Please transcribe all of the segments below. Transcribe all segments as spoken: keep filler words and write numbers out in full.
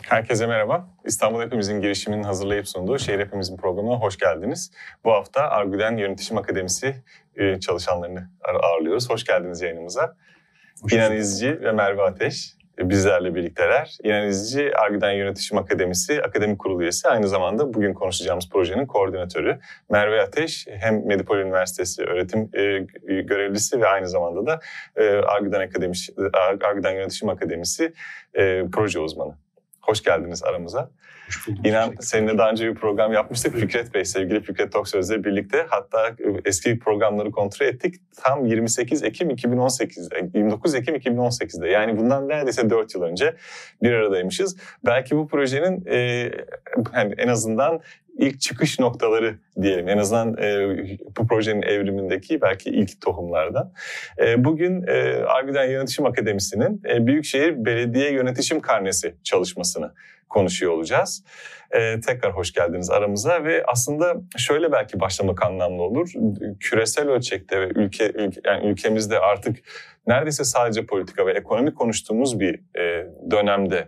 Herkese merhaba. İstanbul Hepimizin girişiminin hazırlayıp sunduğu Şehir Hepimizin programına hoş geldiniz. Bu hafta Arguden Yönetişim Akademisi çalışanlarını ağırlıyoruz. Hoş geldiniz yayınımıza. Hoş İnan İzci ve Merve Ateş bizlerle birlikteler. İnan İzci, Arguden Yönetişim Akademisi Akademik Kurulu üyesi, aynı zamanda bugün konuşacağımız projenin koordinatörü. Merve Ateş hem Medipol Üniversitesi öğretim görevlisi ve aynı zamanda da Arguden, Akademisi, Arguden Yönetişim Akademisi proje uzmanı. Hoş geldiniz aramıza. İnan, seninle daha önce bir program yapmıştık. Fikret Bey, sevgili Fikret Toksöz'le birlikte. Hatta eski programları kontrol ettik. Tam yirmi sekiz Ekim iki bin on sekizde, yirmi dokuz Ekim iki bin on sekizde. Yani bundan neredeyse dört yıl önce bir aradaymışız. Belki bu projenin e, yani en azından ilk çıkış noktaları diyelim. En azından e, bu projenin evrimindeki belki ilk tohumlardan. E, bugün e, Arguden Yönetişim Akademisi'nin e, Büyükşehir Belediye Yönetişim Karnesi çalışmasını konuşuyor olacağız. Ee, tekrar hoş geldiniz aramıza ve aslında şöyle belki başlamak anlamlı olur. Küresel ölçekte ve ülke, ülke yani ülkemizde artık neredeyse sadece politika ve ekonomi konuştuğumuz bir e, dönemde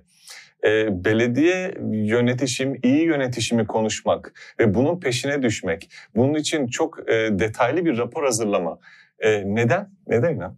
e, belediye yönetişim, iyi yönetişimi konuşmak ve bunun peşine düşmek, bunun için çok e, detaylı bir rapor hazırlama. E, neden? Neden inan?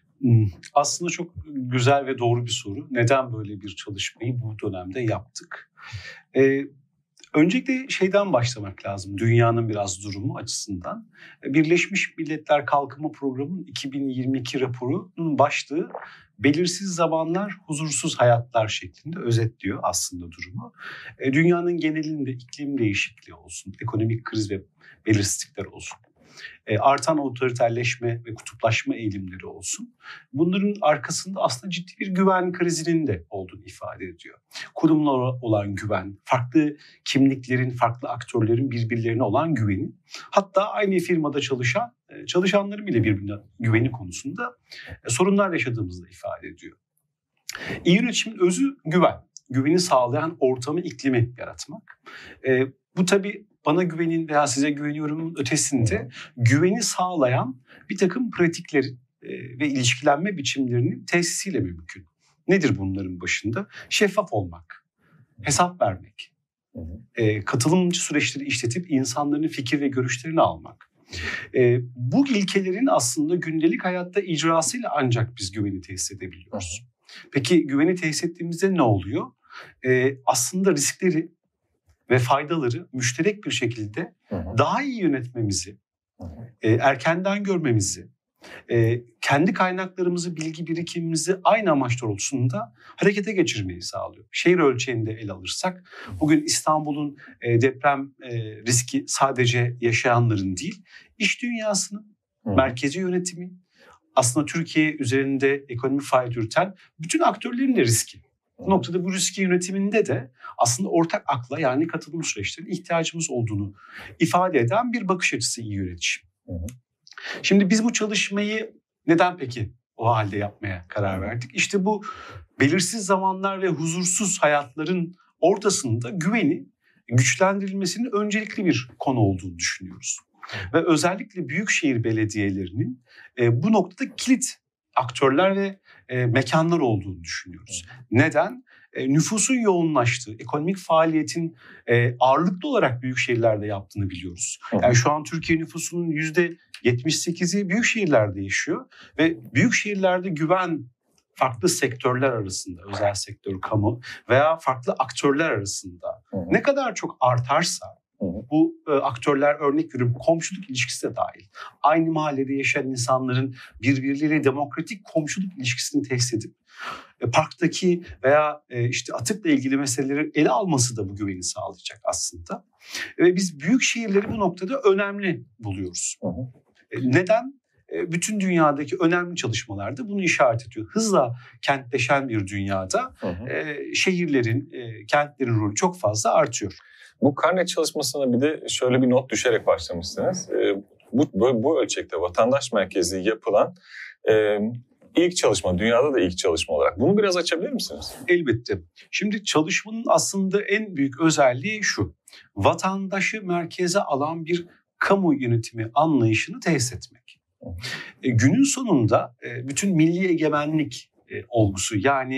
Aslında çok güzel ve doğru bir soru. Neden böyle bir çalışmayı bu dönemde yaptık? Ee, öncelikle şeyden başlamak lazım. Dünyanın biraz durumu açısından. Birleşmiş Milletler Kalkınma Programı'nın iki bin yirmi iki raporunun başlığı belirsiz zamanlar, huzursuz hayatlar şeklinde özetliyor aslında durumu. Ee, dünyanın genelinde iklim değişikliği olsun, ekonomik kriz ve belirsizlikler olsun, E, artan otoriterleşme ve kutuplaşma eğilimleri olsun. Bunların arkasında aslında ciddi bir güven krizinin de olduğunu ifade ediyor. Kurumlara olan güven, farklı kimliklerin, farklı aktörlerin birbirlerine olan güveni, hatta aynı firmada çalışan çalışanların bile birbirine güveni konusunda sorunlar yaşadığımızı da ifade ediyor. İyi yönetimin özü güven. Güveni sağlayan ortamı, iklimi yaratmak. E, bu tabii bana güvenin veya size güveniyorumun ötesinde güveni sağlayan bir takım pratiklerin ve ilişkilenme biçimlerinin tesisiyle mümkün. Nedir bunların başında? Şeffaf olmak, hesap vermek, katılımcı süreçleri işletip insanların fikir ve görüşlerini almak. Bu ilkelerin aslında gündelik hayatta icrasıyla ancak biz güveni tesis edebiliyoruz. Peki güveni tesis ettiğimizde ne oluyor? Aslında riskleri ve faydaları müşterek bir şekilde hı hı. daha iyi yönetmemizi, hı hı. E, erkenden görmemizi, e, kendi kaynaklarımızı, bilgi birikimimizi aynı amaç doğrultusunda harekete geçirmeyi sağlıyor. Şehir ölçeğinde ele alırsak, bugün İstanbul'un e, deprem e, riski sadece yaşayanların değil, iş dünyasının, hı. merkezi yönetimi, aslında Türkiye üzerinde ekonomi faaliyet yürüten bütün aktörlerin de riski. Bu noktada bu riski yönetiminde de aslında ortak akla, yani katılım süreçlerine ihtiyacımız olduğunu ifade eden bir bakış açısı iyi yönetişim. Hı hı. Şimdi biz bu çalışmayı neden peki o halde yapmaya karar verdik? İşte bu belirsiz zamanlar ve huzursuz hayatların ortasında güveni güçlendirilmesinin öncelikli bir konu olduğunu düşünüyoruz. Hı. Ve özellikle büyükşehir belediyelerinin e, bu noktada kilit aktörler ve e, mekanlar olduğunu düşünüyoruz. Neden? E, nüfusun yoğunlaştığı, ekonomik faaliyetin e, ağırlıklı olarak büyük şehirlerde yaptığını biliyoruz. Yani şu an Türkiye nüfusunun yüzde yetmiş sekizi büyük şehirlerde yaşıyor ve büyük şehirlerde güven farklı sektörler arasında, özel sektör, kamu veya farklı aktörler arasında ne kadar çok artarsa, bu e, aktörler, örnek veriyorum, komşuluk ilişkisi de dahil. Aynı mahallede yaşayan insanların birbirleriyle demokratik komşuluk ilişkisini tesis edip e, parktaki veya e, işte atıkla ilgili meseleleri ele alması da bu güveni sağlayacak aslında. Ve biz büyük şehirleri bu noktada önemli buluyoruz. Hı hı. E, neden? E, bütün dünyadaki önemli çalışmalarda bunu işaret ediyor. Hızla kentleşen bir dünyada hı hı. E, şehirlerin, e, kentlerin rolü çok fazla artıyor. Bu karne çalışmasına bir de şöyle bir not düşerek başlamışsınız. Ee, bu, bu, bu ölçekte vatandaş merkezli yapılan e, ilk çalışma, dünyada da ilk çalışma olarak. Bunu biraz açabilir misiniz? Elbette. Şimdi çalışmanın aslında en büyük özelliği şu. Vatandaşı merkeze alan bir kamu yönetimi anlayışını tesis etmek. E, günün sonunda e, bütün milli egemenlik e, olgusu, yani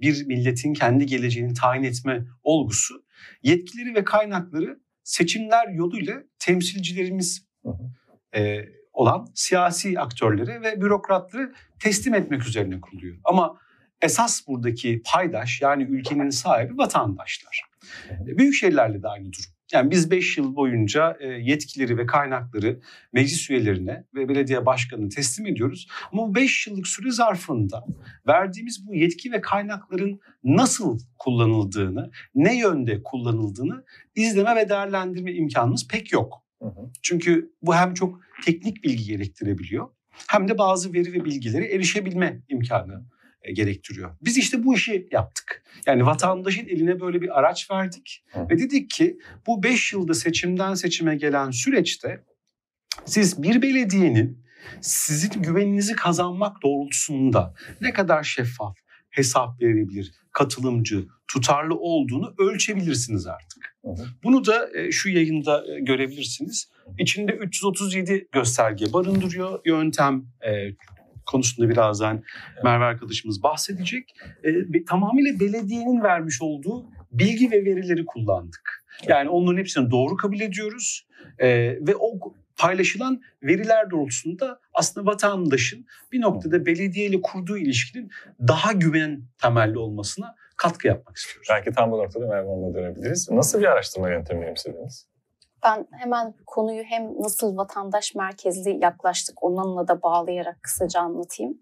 bir milletin kendi geleceğini tayin etme olgusu yetkileri ve kaynakları seçimler yoluyla temsilcilerimiz e, olan siyasi aktörlere ve bürokratları teslim etmek üzerine kuruluyor. Ama esas buradaki paydaş, yani ülkenin sahibi vatandaşlar. Büyük şehirlerle de aynı durum. Yani biz beş yıl boyunca yetkileri ve kaynakları meclis üyelerine ve belediye başkanına teslim ediyoruz. Ama bu beş yıllık süre zarfında verdiğimiz bu yetki ve kaynakların nasıl kullanıldığını, ne yönde kullanıldığını izleme ve değerlendirme imkanımız pek yok. Çünkü bu hem çok teknik bilgi gerektirebiliyor, hem de bazı veri ve bilgilere erişebilme imkanı gerektiriyor. Biz işte bu işi yaptık. Yani vatandaşın eline böyle bir araç verdik Hı. ve dedik ki bu beş yılda seçimden seçime gelen süreçte siz bir belediyenin sizin güveninizi kazanmak doğrultusunda ne kadar şeffaf, hesap verilebilir, katılımcı, tutarlı olduğunu ölçebilirsiniz artık. Hı hı. Bunu da şu yayında görebilirsiniz. İçinde üç yüz otuz yedi gösterge barındırıyor. Yöntem konusunda birazdan Merve arkadaşımız bahsedecek. E, tamamıyla belediyenin vermiş olduğu bilgi ve verileri kullandık. Yani onların hepsini doğru kabul ediyoruz. E, ve o paylaşılan veriler doğrultusunda aslında vatandaşın bir noktada belediyeyle kurduğu ilişkinin daha güven temelli olmasına katkı yapmak istiyoruz. Belki tam bu noktada Merve Hanım'a dönebiliriz. Nasıl bir araştırma yöntemi benimsediniz? Ben hemen konuyu hem nasıl vatandaş merkezli yaklaştık onunla da bağlayarak kısaca anlatayım.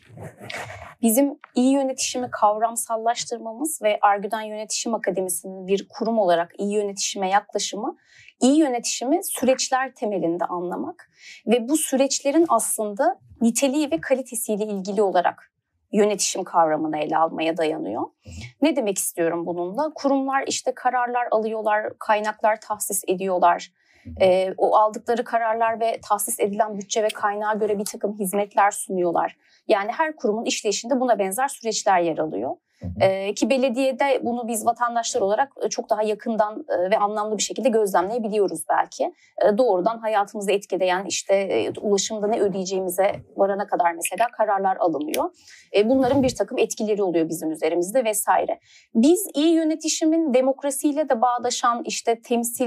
Bizim iyi yönetişimi kavramsallaştırmamız ve Argüden Yönetişim Akademisi'nin bir kurum olarak iyi yönetişime yaklaşımı, iyi yönetişimi süreçler temelinde anlamak ve bu süreçlerin aslında niteliği ve kalitesiyle ilgili olarak yönetişim kavramını ele almaya dayanıyor. Ne demek istiyorum bununla? Kurumlar işte kararlar alıyorlar, kaynaklar tahsis ediyorlar. E, o aldıkları kararlar ve tahsis edilen bütçe ve kaynağa göre bir takım hizmetler sunuyorlar. Yani her kurumun işleyişinde buna benzer süreçler yer alıyor. Ee, ki belediyede bunu biz vatandaşlar olarak çok daha yakından e, ve anlamlı bir şekilde gözlemleyebiliyoruz belki. E, doğrudan hayatımızı etkileyen işte e, ulaşımda ne ödeyeceğimize varana kadar mesela kararlar alınıyor. E, bunların bir takım etkileri oluyor bizim üzerimizde vesaire. Biz iyi yönetişimin demokrasiyle de bağdaşan işte temsil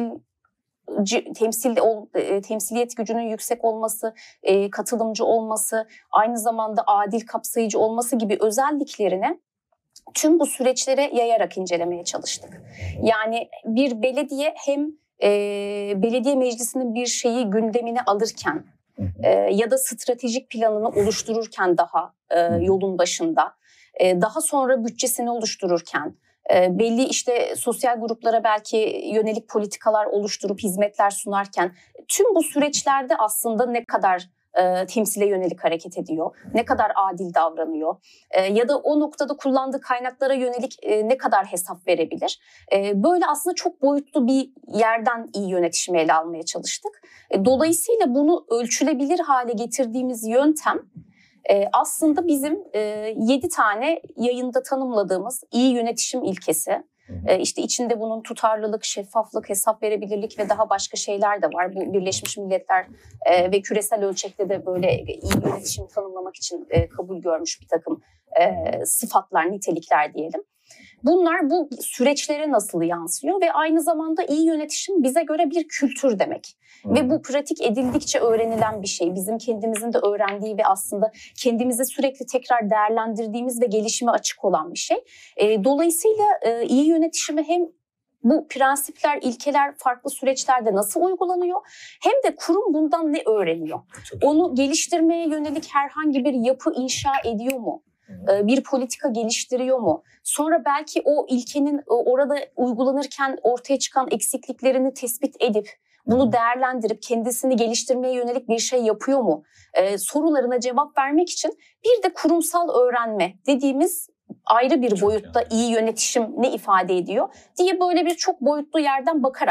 temsil temsiliyet gücünün yüksek olması, katılımcı olması, aynı zamanda adil, kapsayıcı olması gibi özelliklerine tüm bu süreçlere yayarak incelemeye çalıştık. Yani bir belediye hem e, belediye meclisinin bir şeyi gündemine alırken e, ya da stratejik planını oluştururken daha e, yolun başında, e, daha sonra bütçesini oluştururken, e, belli işte sosyal gruplara belki yönelik politikalar oluşturup hizmetler sunarken tüm bu süreçlerde aslında ne kadar E, temsile yönelik hareket ediyor, ne kadar adil davranıyor e, ya da o noktada kullandığı kaynaklara yönelik e, ne kadar hesap verebilir. E, böyle aslında çok boyutlu bir yerden iyi yönetişimi ele almaya çalıştık. E, dolayısıyla bunu ölçülebilir hale getirdiğimiz yöntem e, aslında bizim e, yedi tane yayında tanımladığımız iyi yönetişim ilkesi. Ee, işte içinde bunun tutarlılık, şeffaflık, hesap verebilirlik ve daha başka şeyler de var. Bu Birleşmiş Milletler e, ve küresel ölçekte de böyle iyi yönetişim tanımlamak için e, kabul görmüş bir takım e, sıfatlar, nitelikler diyelim. Bunlar bu süreçlere nasıl yansıyor ve aynı zamanda iyi yönetişim bize göre bir kültür demek. Hmm. Ve bu pratik edildikçe öğrenilen bir şey. Bizim kendimizin de öğrendiği ve aslında kendimizi sürekli tekrar değerlendirdiğimiz ve gelişime açık olan bir şey. E, dolayısıyla e, iyi yönetişimi hem bu prensipler, ilkeler farklı süreçlerde nasıl uygulanıyor hem de kurum bundan ne öğreniyor? Onu geliştirmeye yönelik herhangi bir yapı inşa ediyor mu? Bir politika geliştiriyor mu? Sonra belki o ilkenin orada uygulanırken ortaya çıkan eksikliklerini tespit edip bunu değerlendirip kendisini geliştirmeye yönelik bir şey yapıyor mu? Ee, sorularına cevap vermek için bir de kurumsal öğrenme dediğimiz ayrı bir boyutta iyi yönetişim ne ifade ediyor diye böyle bir çok boyutlu yerden bakarak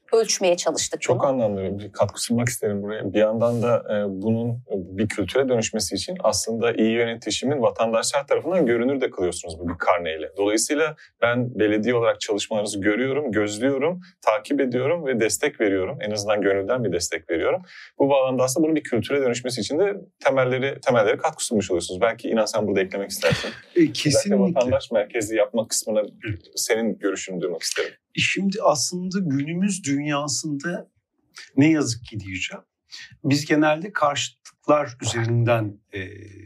ölçmeye çalıştık Çok bunu. anlamlı. Bir katkı sunmak isterim buraya. Bir yandan da e, bunun bir kültüre dönüşmesi için aslında iyi yönetişimin vatandaşlar tarafından görünür de kılıyorsunuz bu bir karneyle. Dolayısıyla ben belediye olarak çalışmalarınızı görüyorum, gözlüyorum, takip ediyorum ve destek veriyorum. En azından gönülden bir destek veriyorum. Bu bağlamda aslında bunun bir kültüre dönüşmesi için de temelleri temelleri katkı sunmuş oluyorsunuz. Belki İnan sen burada eklemek istersin. E, kesinlikle. Özellikle vatandaş merkezli yapmak kısmına senin görüşünü duymak isterim. Şimdi aslında günümüz dünyasında ne yazık ki diyeceğim. Biz genelde karşıtlıklar üzerinden e,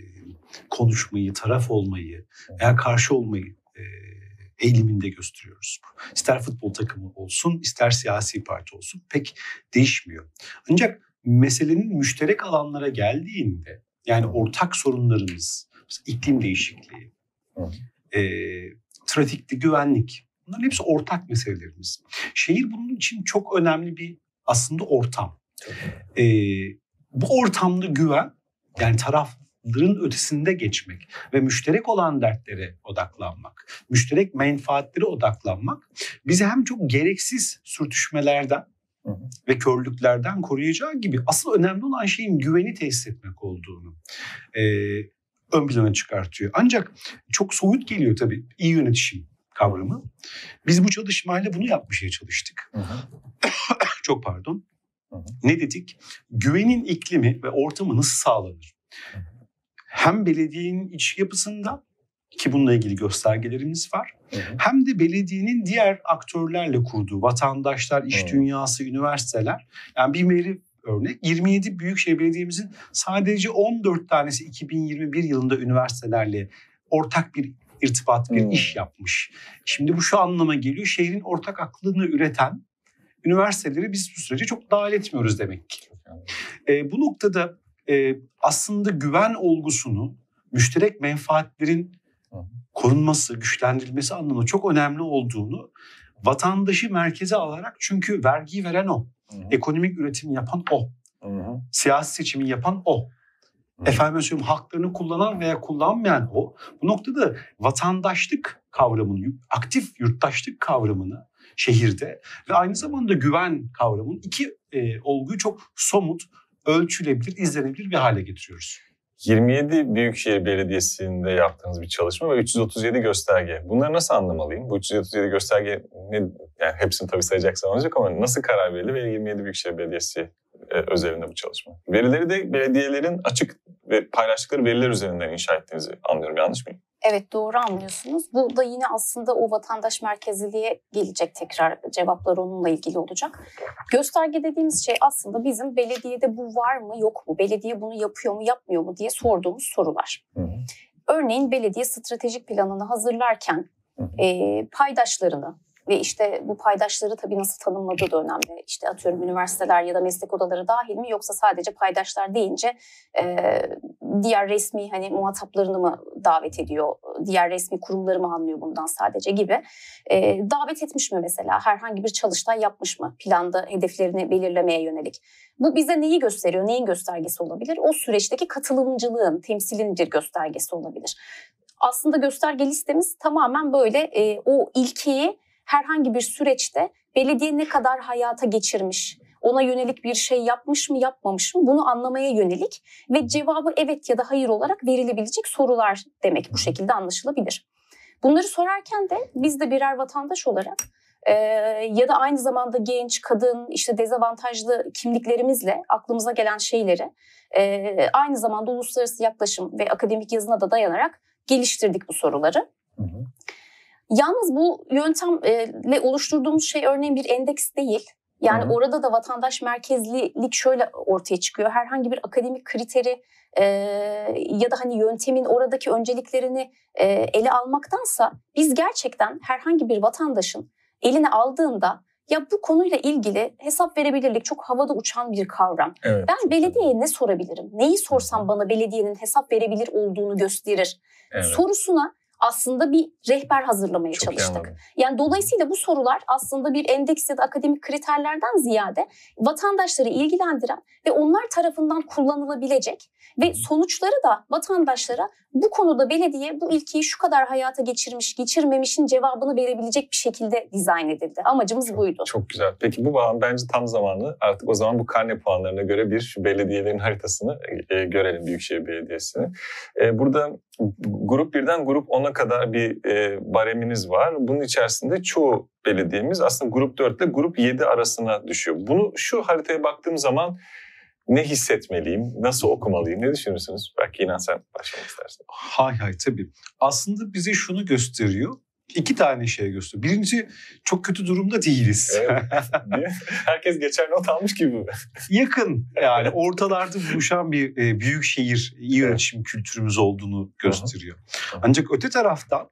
konuşmayı, taraf olmayı veya karşı olmayı e, eğiliminde gösteriyoruz. İster futbol takımı olsun, ister siyasi parti olsun pek değişmiyor. Ancak meselenin müşterek alanlara geldiğinde, yani ortak sorunlarımız, mesela iklim değişikliği, e, trafikte güvenlik, bunların hepsi ortak meselelerimiz. Şehir bunun için çok önemli bir aslında ortam. E, bu ortamda güven, yani tarafların ötesinde geçmek ve müşterek olan dertlere odaklanmak, müşterek menfaatlere odaklanmak bizi hem çok gereksiz sürtüşmelerden Hı hı. ve körlüklerden koruyacağı gibi asıl önemli olan şeyin güveni tesis etmek olduğunu e, ön plana çıkartıyor. Ancak çok soyut geliyor tabii iyi yönetişim kavramı. Biz bu çalışmayla bunu yapmaya çalıştık. Hı hı. Çok pardon. Hı hı. Ne dedik? Güvenin iklimi ve ortamı nasıl sağlanır? Hı hı. Hem belediyenin iç yapısında ki bununla ilgili göstergelerimiz var. Hı hı. Hem de belediyenin diğer aktörlerle kurduğu vatandaşlar, iş hı. dünyası, üniversiteler. Yani bir veri örnek yirmi yedi Büyükşehir Belediye'mizin sadece on dört tanesi iki bin yirmi bir yılında üniversitelerle ortak bir irtibat, bir hmm. iş yapmış. Şimdi bu şu anlama geliyor. Şehrin ortak aklını üreten üniversiteleri biz bu sürece çok dahil etmiyoruz demek ki. E, bu noktada e, aslında güven olgusunu, müşterek menfaatlerin korunması, güçlendirilmesi anlamında çok önemli olduğunu vatandaşı merkeze alarak, çünkü vergiyi veren o, hı hı. ekonomik üretimi yapan o, hı hı. siyasi seçimi yapan o. Efendim söyleyeyim, haklarını kullanan veya kullanmayan o. Bu noktada vatandaşlık kavramını, aktif yurttaşlık kavramını şehirde ve aynı zamanda güven kavramının iki e, olguyu çok somut, ölçülebilir, izlenebilir bir hale getiriyoruz. yirmi yedi Büyükşehir Belediyesi'nde yaptığınız bir çalışma ve üç yüz otuz yedi gösterge. Bunları nasıl anlamalıyım? Bu üç yüz otuz yedi gösterge, ne, yani hepsini tabii sayacaksan olacak ama nasıl karar verildi ve yirmi yedi Büyükşehir Belediyesi özelinde bu çalışma? Verileri de belediyelerin açık ve paylaştıkları veriler üzerinden inşa ettiğinizi anlıyorum. Yanlış mıyım? Evet, doğru anlıyorsunuz. Bu da yine aslında o vatandaş merkezliliğe gelecek, tekrar cevaplar onunla ilgili olacak. Gösterge dediğimiz şey aslında bizim belediyede bu var mı yok mu, belediye bunu yapıyor mu yapmıyor mu diye sorduğumuz sorular. Hı hı. Örneğin belediye stratejik planını hazırlarken hı hı. E, paydaşlarını ve işte bu paydaşları tabii nasıl tanımladığı da önemli. İşte atıyorum üniversiteler ya da meslek odaları dahil mi, yoksa sadece paydaşlar deyince e, diğer resmi hani muhataplarını mı davet ediyor, diğer resmi kurumları mı anlıyor bundan sadece gibi. E, davet etmiş mi mesela, herhangi bir çalıştay yapmış mı planda hedeflerini belirlemeye yönelik. Bu bize neyi gösteriyor, neyin göstergesi olabilir? O süreçteki katılımcılığın, temsilin bir göstergesi olabilir. Aslında gösterge listemiz tamamen böyle e, o ilkeyi herhangi bir süreçte belediye ne kadar hayata geçirmiş, ona yönelik bir şey yapmış mı yapmamış mı bunu anlamaya yönelik ve cevabı evet ya da hayır olarak verilebilecek sorular demek, bu şekilde anlaşılabilir. Bunları sorarken de biz de birer vatandaş olarak e, ya da aynı zamanda genç, kadın, işte dezavantajlı kimliklerimizle aklımıza gelen şeyleri e, aynı zamanda uluslararası yaklaşım ve akademik yazına da dayanarak geliştirdik bu soruları. Hı hı. Yalnız bu yöntemle oluşturduğumuz şey örneğin bir endeks değil. Yani Hı-hı. orada da vatandaş merkezlilik şöyle ortaya çıkıyor. Herhangi bir akademik kriteri e, ya da hani yöntemin oradaki önceliklerini e, ele almaktansa biz gerçekten herhangi bir vatandaşın eline aldığında ya bu konuyla ilgili hesap verebilirlik çok havada uçan bir kavram. Evet, ben belediyeye ne sorabilirim? Neyi sorsam bana belediyenin hesap verebilir olduğunu gösterir. Evet. Sorusuna aslında bir rehber hazırlamaya Çok çalıştık. Yani dolayısıyla bu sorular aslında bir endeks ya da akademik kriterlerden ziyade vatandaşları ilgilendiren ve onlar tarafından kullanılabilecek ve sonuçları da vatandaşlara bu konuda belediye bu ilkeyi şu kadar hayata geçirmiş, geçirmemişin cevabını verebilecek bir şekilde dizayn edildi. Amacımız çok, buydu. Çok güzel. Peki bu bağlam bence tam zamanı. Artık o zaman bu karne puanlarına göre bir şu belediyelerin haritasını e, görelim, Büyükşehir Belediyesi'ni. E, burada grup birden grup ona kadar bir e, bareminiz var. Bunun içerisinde çoğu belediyemiz aslında grup dört ile grup yedi arasına düşüyor. Bunu şu haritaya baktığım zaman ne hissetmeliyim, nasıl okumalıyım, ne düşünürsünüz? Belki İnan sen başlamak istersin. Hay hay tabii. Aslında bize şunu gösteriyor. İki tane şey gösteriyor. Birincisi çok kötü durumda değiliz. Evet. Herkes geçer not almış gibi. Yakın yani ortalarda buluşan bir e, büyük şehir iyi yönetim evet. kültürümüz olduğunu gösteriyor. Hı hı. Ancak öte taraftan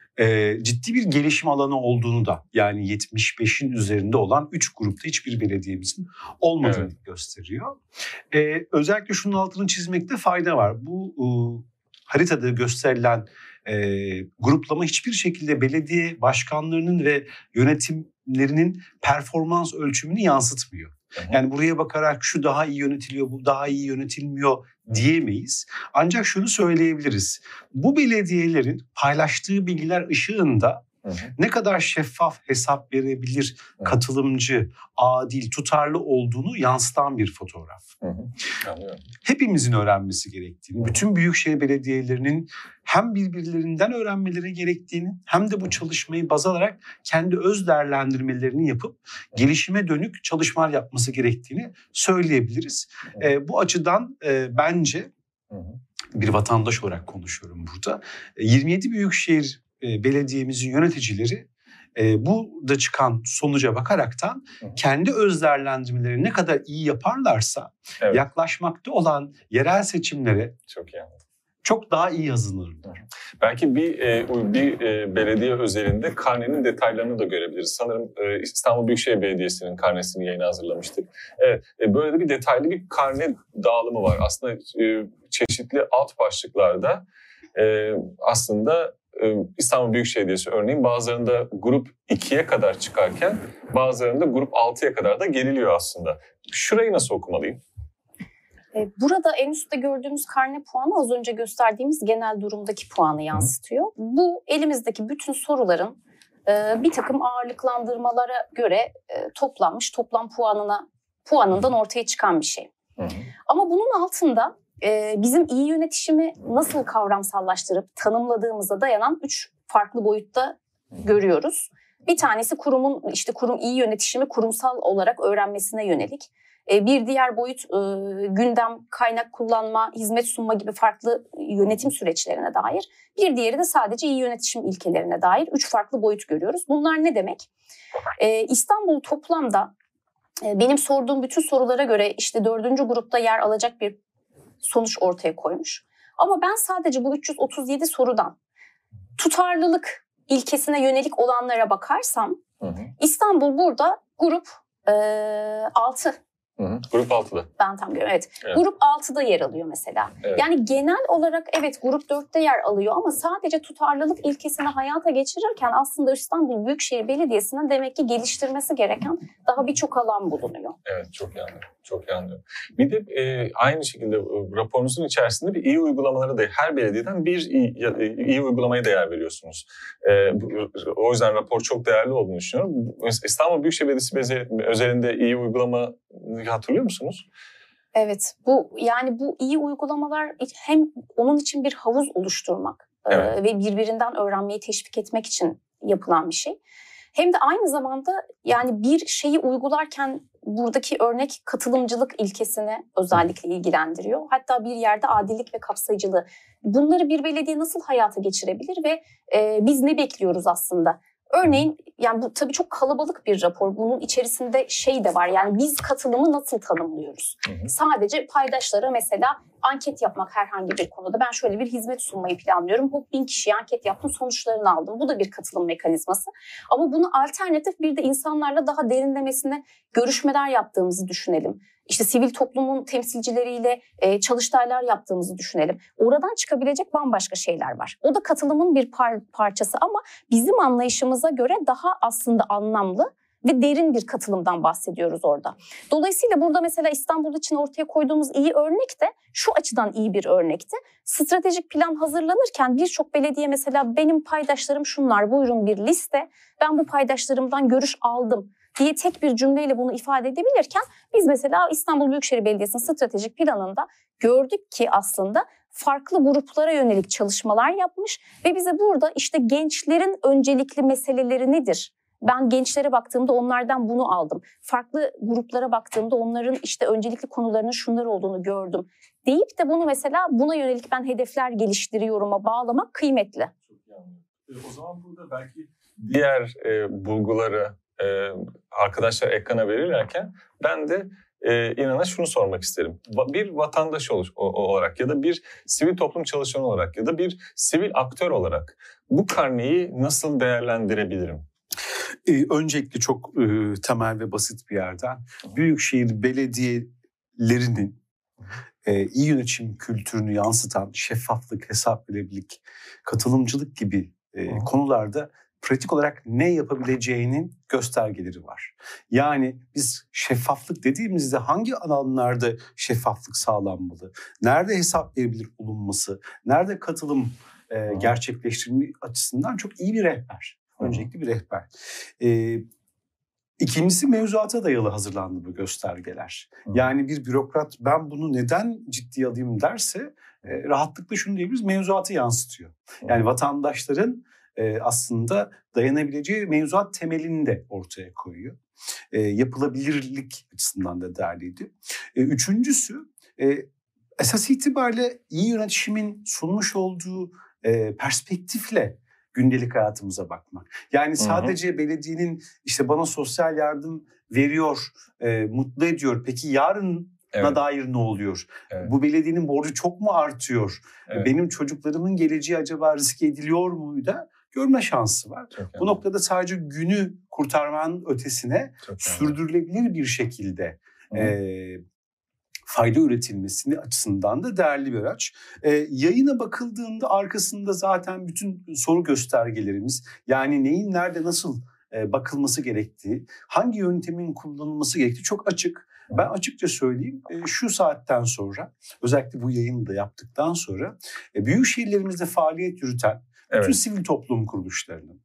e, ciddi bir gelişim alanı olduğunu da yani yetmiş beşin üzerinde olan üç grupta hiçbir belediyemizin olmadığını evet. gösteriyor. E, özellikle şunun altını çizmekte fayda var. Bu e, haritada gösterilen E, gruplama hiçbir şekilde belediye başkanlarının ve yönetimlerinin performans ölçümünü yansıtmıyor. Hı hı. Yani buraya bakarak şu daha iyi yönetiliyor, bu daha iyi yönetilmiyor diyemeyiz. Ancak şunu söyleyebiliriz. Bu belediyelerin paylaştığı bilgiler ışığında hı hı. ne kadar şeffaf, hesap verebilir, hı. katılımcı, adil, tutarlı olduğunu yansıtan bir fotoğraf. Hı hı. Hepimizin öğrenmesi gerektiğini, bütün büyükşehir belediyelerinin hem birbirlerinden öğrenmeleri gerektiğini hem de bu çalışmayı baz alarak kendi öz değerlendirmelerini yapıp gelişime dönük çalışmalar yapması gerektiğini söyleyebiliriz. E, bu açıdan e, bence bir vatandaş olarak konuşuyorum burada. yirmi yedi büyükşehir e, belediyemizin yöneticileri e, bu da çıkan sonuca bakaraktan kendi öz değerlendirmeleri ne kadar iyi yaparlarsa evet. yaklaşmakta olan yerel seçimlere çok iyi anladım. Çok daha iyi hazırlanırlar. Belki bir e, bir e, belediye özelinde karnenin detaylarını da görebiliriz. Sanırım e, İstanbul Büyükşehir Belediyesi'nin karnesini yayına hazırlamıştık. Evet, e, böyle de bir detaylı bir karne dağılımı var. Aslında e, çeşitli alt başlıklarda e, aslında e, İstanbul Büyükşehir Belediyesi örneğin bazılarında grup ikiye kadar çıkarken bazılarında grup altıya kadar da geriliyor aslında. Şurayı nasıl okumalıyım? Burada en üstte gördüğümüz karne puanı az önce gösterdiğimiz genel durumdaki puanı yansıtıyor. Bu elimizdeki bütün soruların bir takım ağırlıklandırmalara göre toplanmış toplam puanına puanından ortaya çıkan bir şey. Hı hı. Ama bunun altında bizim iyi yönetişimi nasıl kavramsallaştırıp tanımladığımıza dayanan üç farklı boyutta görüyoruz. Bir tanesi kurumun işte kurum iyi yönetişimi kurumsal olarak öğrenmesine yönelik. Bir diğer boyut gündem, kaynak kullanma, hizmet sunma gibi farklı yönetim süreçlerine dair. Bir diğeri de sadece iyi yönetişim ilkelerine dair üç farklı boyut görüyoruz. Bunlar ne demek? İstanbul toplamda benim sorduğum bütün sorulara göre işte dördüncü grupta yer alacak bir sonuç ortaya koymuş. Ama ben sadece bu üç yüz otuz yedi sorudan tutarlılık ilkesine yönelik olanlara bakarsam hı hı. İstanbul burada grup altı. Hı hı. Grup altıda. Ben tam görüyorum. Evet. evet. Grup altıda yer alıyor mesela. Evet. Yani genel olarak evet grup dörtte yer alıyor ama sadece tutarlılık ilkesini hayata geçirirken aslında İstanbul Büyükşehir Belediyesi'nin demek ki geliştirmesi gereken daha birçok alan bulunuyor. Evet, çok iyi anlıyorum. Çok iyi anlıyorum. Bir de e, aynı şekilde e, raporunuzun içerisinde bir iyi uygulamaları da her belediyeden bir iyi, iyi uygulamaya değer veriyorsunuz. E, bu, o yüzden rapor çok değerli olduğunu düşünüyorum. İstanbul Büyükşehir Belediyesi özelinde iyi uygulama hatırlıyor musunuz? Evet, bu yani bu iyi uygulamalar hem onun için bir havuz oluşturmak evet. e, ve birbirinden öğrenmeyi teşvik etmek için yapılan bir şey. Hem de aynı zamanda yani bir şeyi uygularken buradaki örnek katılımcılık ilkesini özellikle ilgilendiriyor. Hatta bir yerde adillik ve kapsayıcılığı. Bunları bir belediye nasıl hayata geçirebilir ve e, biz ne bekliyoruz aslında? Örneğin yani bu tabii çok kalabalık bir rapor. Bunun içerisinde şey de var yani biz katılımı nasıl tanımlıyoruz? Hı hı. Sadece paydaşlara mesela anket yapmak herhangi bir konuda. Ben şöyle bir hizmet sunmayı planlıyorum. Hop bin kişiye anket yaptım, sonuçlarını aldım. Bu da bir katılım mekanizması. Ama bunu alternatif bir de insanlarla daha derinlemesine görüşmeler yaptığımızı düşünelim. İşte sivil toplumun temsilcileriyle e, çalıştaylar yaptığımızı düşünelim. Oradan çıkabilecek bambaşka şeyler var. O da katılımın bir par- parçası ama bizim anlayışımıza göre daha aslında anlamlı ve derin bir katılımdan bahsediyoruz orada. Dolayısıyla burada mesela İstanbul için ortaya koyduğumuz iyi örnek de şu açıdan iyi bir örnekti. Stratejik plan hazırlanırken birçok belediye mesela benim paydaşlarım şunlar, buyurun bir liste, ben bu paydaşlarımdan görüş aldım diye tek bir cümleyle bunu ifade edebilirken biz mesela İstanbul Büyükşehir Belediyesi'nin stratejik planında gördük ki aslında farklı gruplara yönelik çalışmalar yapmış ve bize burada işte gençlerin öncelikli meseleleri nedir? Ben gençlere baktığımda onlardan bunu aldım. Farklı gruplara baktığımda onların işte öncelikli konularının şunlar olduğunu gördüm. Deyip de bunu mesela buna yönelik ben hedefler geliştiriyorum'a bağlamak kıymetli. Çok iyi anladım. O zaman burada belki diğer e, bulguları e, arkadaşlar ekrana verirlerken ben de e, İnan'a şunu sormak isterim. Bir vatandaş ol, o, olarak ya da bir sivil toplum çalışanı olarak ya da bir sivil aktör olarak bu karneyi nasıl değerlendirebilirim? Ee, öncelikle çok e, temel ve basit bir yerden büyükşehir belediyelerinin e, iyi yönetim kültürünü yansıtan şeffaflık, hesap verebilirlik, katılımcılık gibi e, konularda pratik olarak ne yapabileceğinin göstergeleri var. Yani biz şeffaflık dediğimizde hangi alanlarda şeffaflık sağlanmalı, nerede hesap verebilir olunması, nerede katılım e, gerçekleştirme açısından çok iyi bir rehber. Öncelikli bir rehber. Ee, ikincisi mevzuata dayalı hazırlandı bu göstergeler. Hı. Yani bir bürokrat ben bunu neden ciddiye alayım derse e, rahatlıkla şunu diyebiliriz, mevzuatı yansıtıyor. Hı. Yani vatandaşların e, aslında dayanabileceği mevzuat temelini de ortaya koyuyor. E, yapılabilirlik açısından da değerliydi. E, üçüncüsü e, esas itibariyle iyi yönetimin sunmuş olduğu e, perspektifle gündelik hayatımıza bakmak. Yani sadece hı hı. belediyenin işte bana sosyal yardım veriyor, e, mutlu ediyor. Peki yarına evet. dair ne oluyor? Evet. Bu belediyenin borcu çok mu artıyor? Evet. Benim çocuklarımın geleceği acaba riske ediliyor muydu da görme şansı var. Çok Bu yani. noktada sadece günü kurtarmanın ötesine çok sürdürülebilir yani. bir şekilde e, fayda üretilmesini açısından da değerli bir araç. Ee, yayına bakıldığında arkasında zaten bütün soru göstergelerimiz, yani neyin nerede nasıl e, bakılması gerektiği, hangi yöntemin kullanılması gerektiği çok açık. Ben açıkça söyleyeyim, e, şu saatten sonra, özellikle bu yayını da yaptıktan sonra e, büyük şehirlerimizde faaliyet yürüten bütün evet. sivil toplum kuruluşlarının,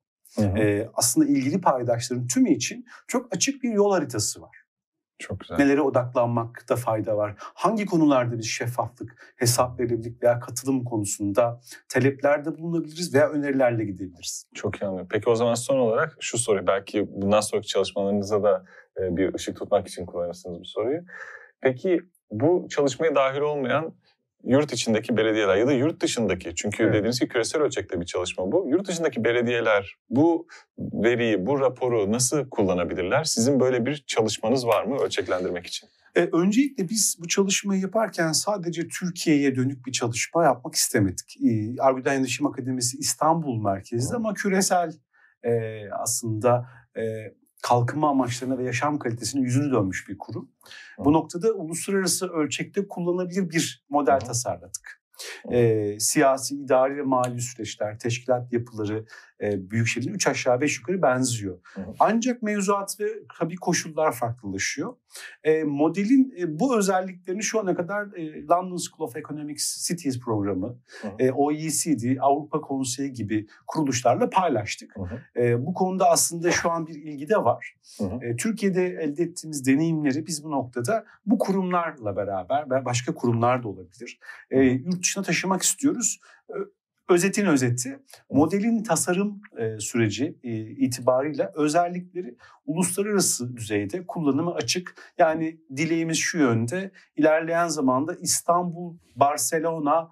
e, aslında ilgili paydaşların tümü için çok açık bir yol haritası var. Çok güzel. Nelere odaklanmakta fayda var? Hangi konularda biz şeffaflık, hesap verebilirlik veya katılım konusunda taleplerde bulunabiliriz veya önerilerle gidebiliriz? Çok iyi anlıyorum. Peki o zaman son olarak şu soruyu, belki bundan sonraki çalışmalarınıza da bir ışık tutmak için kullanırsınız bu soruyu. Peki bu çalışmaya dahil olmayan yurt içindeki belediyeler ya da yurt dışındaki, çünkü evet. dediğiniz gibi küresel ölçekte bir çalışma bu. Yurt dışındaki belediyeler bu veriyi, bu raporu nasıl kullanabilirler? Sizin böyle bir çalışmanız var mı ölçeklendirmek için? E, öncelikle biz bu çalışmayı yaparken sadece Türkiye'ye dönük bir çalışma yapmak istemedik. E, Arguden Yönetişim Akademisi İstanbul merkezli ama küresel e, aslında e, kalkınma amaçlarına ve yaşam kalitesine yüzünü dönmüş bir kurum. Hı. Bu noktada uluslararası ölçekte kullanılabilir bir model Hı. tasarladık. E, siyasi, idari ve mali süreçler, teşkilat yapıları e, büyükşehirin üç aşağı beş yukarı benziyor. Hı. Ancak mevzuat ve tabii koşullar farklılaşıyor. E, modelin e, bu özelliklerini şu ana kadar e, London School of Economics Cities programı, e, O E C D, Avrupa Konseyi gibi kuruluşlarla paylaştık. Hı. E, bu konuda aslında şu an bir ilgi de var. E, Türkiye'de elde ettiğimiz deneyimleri biz bu noktada bu kurumlarla beraber ve başka kurumlar da olabilir, e, yurt dışına taşımak istiyoruz. Özetin özeti, modelin tasarım e, süreci e, itibariyle özellikleri uluslararası düzeyde kullanıma açık. Yani dileğimiz şu yönde, ilerleyen zamanda İstanbul, Barcelona,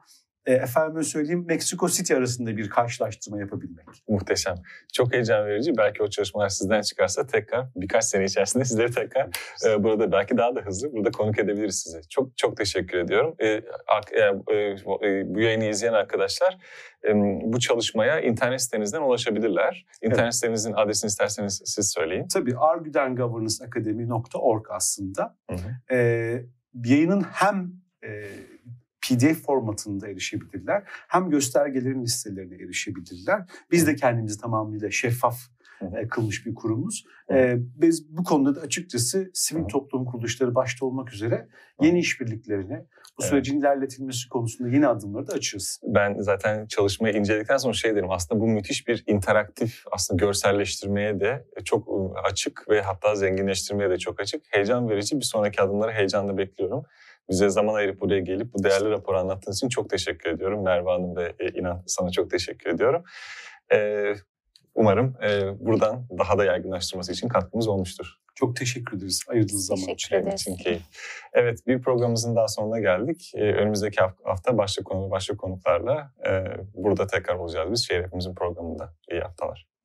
e, efendime söyleyeyim Meksiko City arasında bir karşılaştırma yapabilmek. Muhteşem. Çok heyecan verici. Belki o çalışmalar sizden çıkarsa tekrar birkaç sene içerisinde sizleri tekrar e, burada belki daha da hızlı burada konuk edebiliriz sizi. Çok çok teşekkür ediyorum. E, e, e, bu yayını izleyen arkadaşlar e, bu çalışmaya internet sitenizden ulaşabilirler. İnternet evet. sitenizin adresini isterseniz siz söyleyin. Tabii arguden governance academy nokta org aslında. Hı hı. E, yayının hem e, P D F formatında erişebilirler, hem göstergelerin listelerine erişebilirler. Biz de kendimizi tamamıyla şeffaf e, kılmış bir kurumuz. E, biz bu konuda da açıkçası sivil toplum kuruluşları başta olmak üzere yeni işbirliklerine, bu sürecin evet. ilerletilmesi konusunda yeni adımları da açığız. Ben zaten çalışmayı inceledikten sonra şey derim, aslında bu müthiş bir interaktif, aslında görselleştirmeye de çok açık ve hatta zenginleştirmeye de çok açık. Heyecan verici, bir sonraki adımları heyecanla bekliyorum. Bize zaman ayırıp buraya gelip bu değerli raporu anlattığınız için çok teşekkür ediyorum. Merve Hanım ve İnan, sana çok teşekkür ediyorum. Ee, umarım e, buradan daha da yaygınlaştırması için katkımız olmuştur. Çok teşekkür ederiz ayırdığınız zaman için. için keyif. Evet, bir programımızın daha sonuna geldik. Ee, önümüzdeki hafta başka konu, başka konuklarla e, burada tekrar olacağız biz Şehir Hepimizin programında. İyi haftalar.